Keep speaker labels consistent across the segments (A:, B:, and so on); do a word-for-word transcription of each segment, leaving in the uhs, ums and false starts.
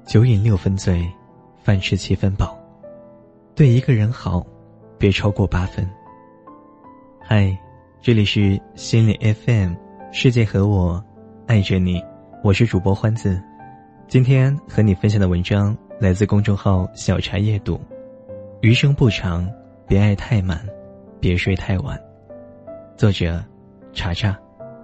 A: 酒饮六分醉，饭吃七分饱。对一个人好，别超过八分。嗨，这里是心理 F M， 世界和我爱着你，我是主播欢子。今天和你分享的文章来自公众号小茶夜读。余生不长，别爱太满，别睡太晚。作者茶茶。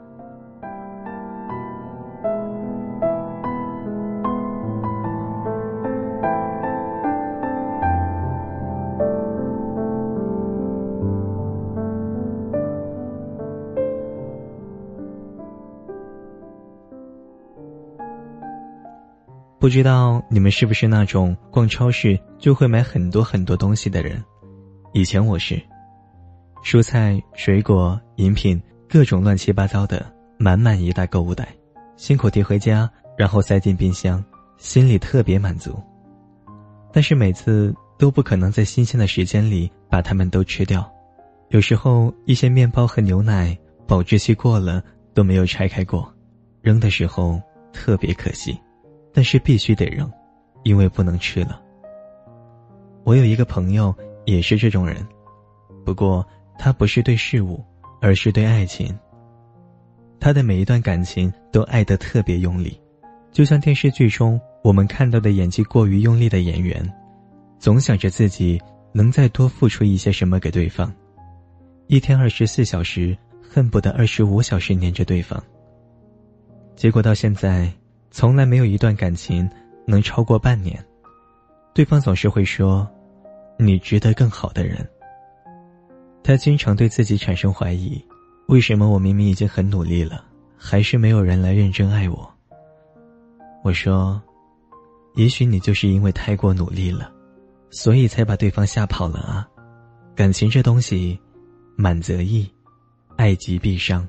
A: 不知道你们是不是那种逛超市就会买很多很多东西的人？以前我是，蔬菜、水果、饮品，各种乱七八糟的，满满一大购物袋，辛苦提回家，然后塞进冰箱，心里特别满足。但是每次都不可能在新鲜的时间里把它们都吃掉，有时候一些面包和牛奶保质期过了都没有拆开过，扔的时候特别可惜。但是必须得扔，因为不能吃了。我有一个朋友也是这种人，不过他不是对事物，而是对爱情。他的每一段感情都爱得特别用力，就像电视剧中我们看到的演技过于用力的演员，总想着自己能再多付出一些什么给对方，一天二十四小时，恨不得二十五小时黏着对方。结果到现在从来没有一段感情能超过半年，对方总是会说你值得更好的人。他经常对自己产生怀疑，为什么我明明已经很努力了，还是没有人来认真爱我？我说，也许你就是因为太过努力了，所以才把对方吓跑了啊。感情这东西，满则溢，爱极必伤。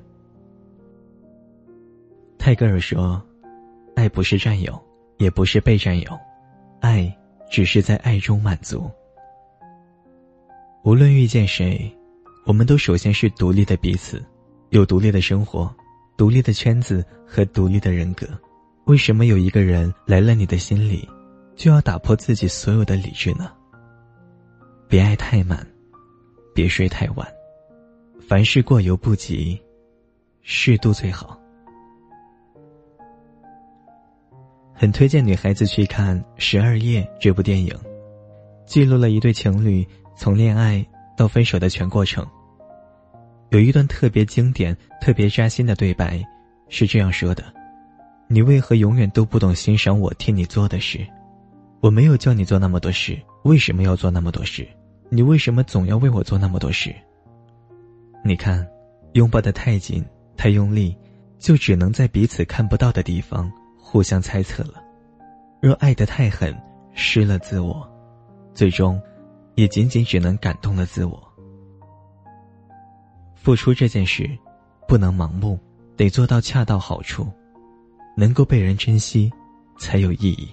A: 泰戈尔说，爱不是占有，也不是被占有，爱只是在爱中满足。无论遇见谁，我们都首先是独立的彼此，有独立的生活，独立的圈子和独立的人格。为什么有一个人来了你的心里，就要打破自己所有的理智呢？别爱太满，别睡太晚，凡事过犹不及，适度最好。很推荐女孩子去看《十二夜》这部电影，记录了一对情侣从恋爱到分手的全过程。有一段特别经典、特别扎心的对白，是这样说的：你为何永远都不懂欣赏我替你做的事？我没有叫你做那么多事，为什么要做那么多事？你为什么总要为我做那么多事？你看，拥抱得太紧、太用力，就只能在彼此看不到的地方互相猜测了。若爱得太狠，失了自我，最终也仅仅只能感动了自我。付出这件事不能盲目，得做到恰到好处，能够被人珍惜才有意义。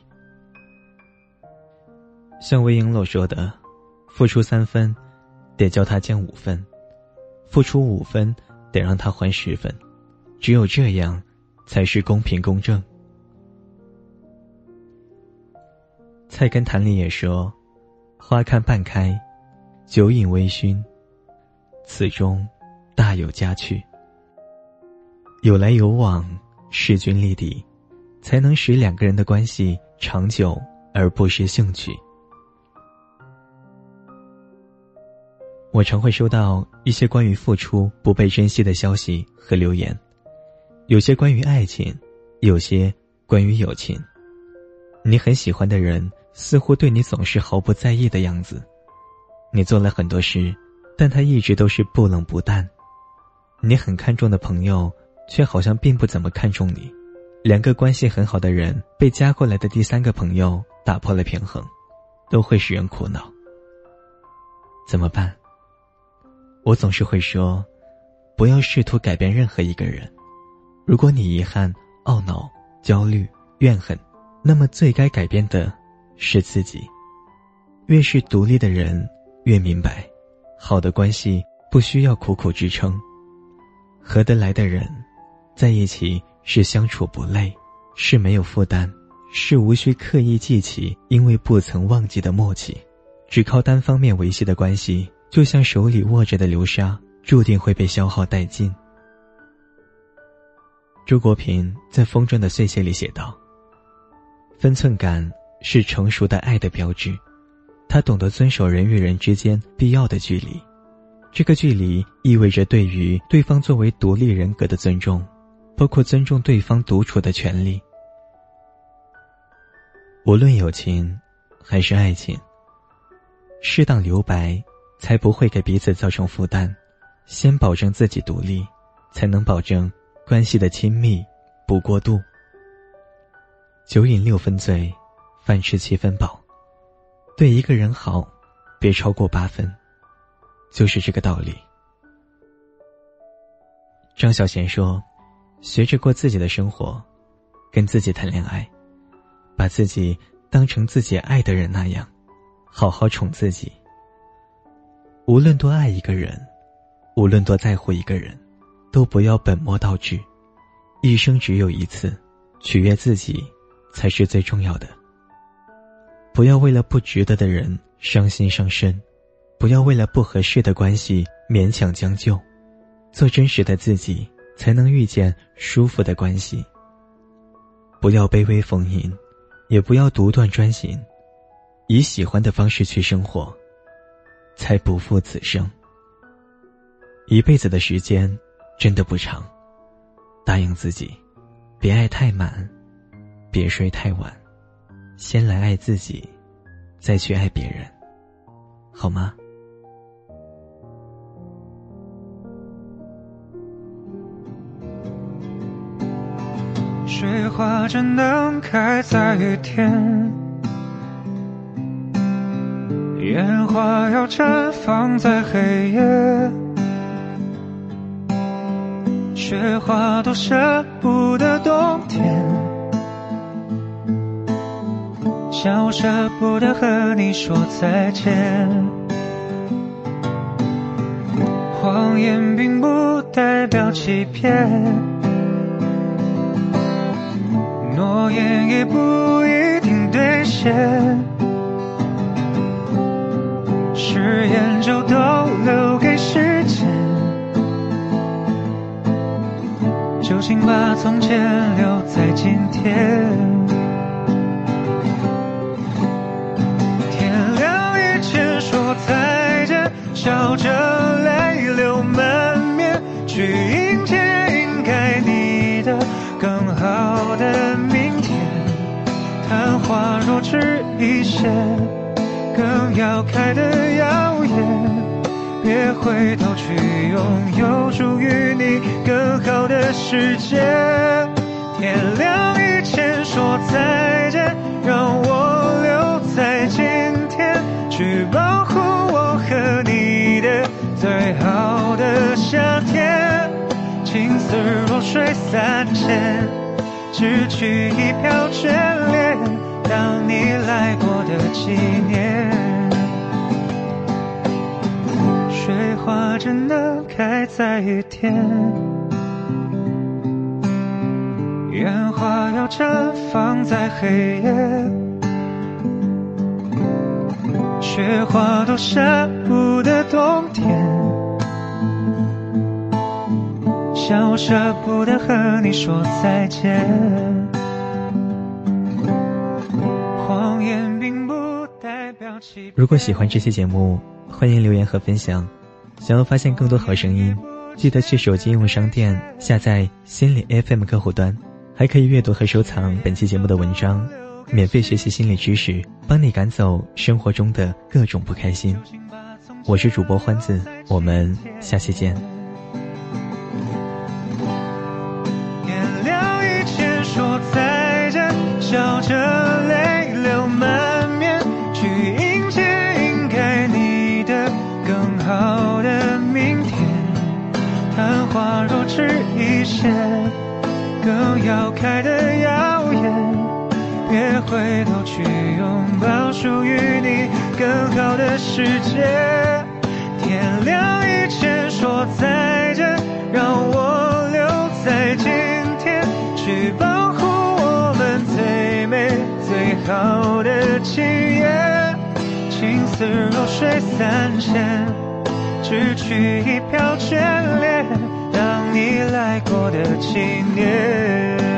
A: 像魏璎珞说的，付出三分得叫他降五分，付出五分得让他还十分，只有这样才是公平公正。菜根谭里也说，花看半开，酒饮微醺，此中大有佳趣。有来有往，势均力敌，才能使两个人的关系长久而不失兴趣。我常会收到一些关于付出不被珍惜的消息和留言，有些关于爱情，有些关于友情。你很喜欢的人似乎对你总是毫不在意的样子，你做了很多事，但他一直都是不冷不淡。你很看重的朋友却好像并不怎么看重你，两个关系很好的人被加过来的第三个朋友打破了平衡，都会使人苦恼。怎么办？我总是会说，不要试图改变任何一个人。如果你遗憾、懊恼、焦虑、怨恨，那么最该改变的是自己。越是独立的人，越明白，好的关系不需要苦苦支撑。合得来的人，在一起是相处不累，是没有负担， 是无需刻意记起，因为不曾忘记的默契。只靠单方面维系的关系，就像手里握着的流沙，注定会被消耗殆尽。周国平在《风筝的碎屑》里写道，分寸感是成熟的爱的标志，他懂得遵守人与人之间必要的距离，这个距离意味着对于对方作为独立人格的尊重，包括尊重对方独处的权利。无论友情还是爱情，适当留白才不会给彼此造成负担，先保证自己独立，才能保证关系的亲密不过度。酒饮六分醉，饭吃七分饱，对一个人好别超过八分，就是这个道理。张小娴说，学着过自己的生活，跟自己谈恋爱，把自己当成自己爱的人那样好好宠自己。无论多爱一个人，无论多在乎一个人，都不要本末倒置，一生只有一次，取悦自己才是最重要的。不要为了不值得的人伤心伤身，不要为了不合适的关系勉强将就，做真实的自己，才能遇见舒服的关系。不要卑微逢迎，也不要独断专行，以喜欢的方式去生活，才不负此生。一辈子的时间真的不长，答应自己，别爱太满，别睡太晚，先来爱自己，再去爱别人，好吗？
B: 雪花只能开在雨天，烟花要绽放在黑夜，雪花都舍不得冬天，像我舍不得和你说再见。谎言并不代表欺骗，诺言也不一定兑现，誓言就都留给时间，就请把从前留在今天。天亮以前说再见，笑着泪流满面，去迎接应该你的更好的明天。昙花若只一现，更要开得耀眼，别回头去拥有属于你更好的世界。天亮以前说再见，让我留在今天，去保护我和你的最好的夏天。青丝若水三千，只取一瓢眷恋，当你来过的纪念。雪花只能开在雨天，烟花要绽放在黑夜，雪花都舍不得冬天，像我舍不得和你说再见。谎言并不代表欺骗。
A: 如果喜欢这期节目，欢迎留言和分享。想要发现更多好声音，记得去手机应用商店下载心理 F M 客户端，还可以阅读和收藏本期节目的文章，免费学习心理知识，帮你赶走生活中的各种不开心。我是主播欢子，我们下期见。
B: 天亮以前说再见，笑着泪流满面，去迎接应该你的更好的明天。昙花若只一现，更要开得耀眼，别回头去拥抱属于你更好的世界。天亮以前说再见，让我留在今天，去保护我们最美好的情缘，情似弱水三千，只取一瓢眷恋，让你来过的纪念。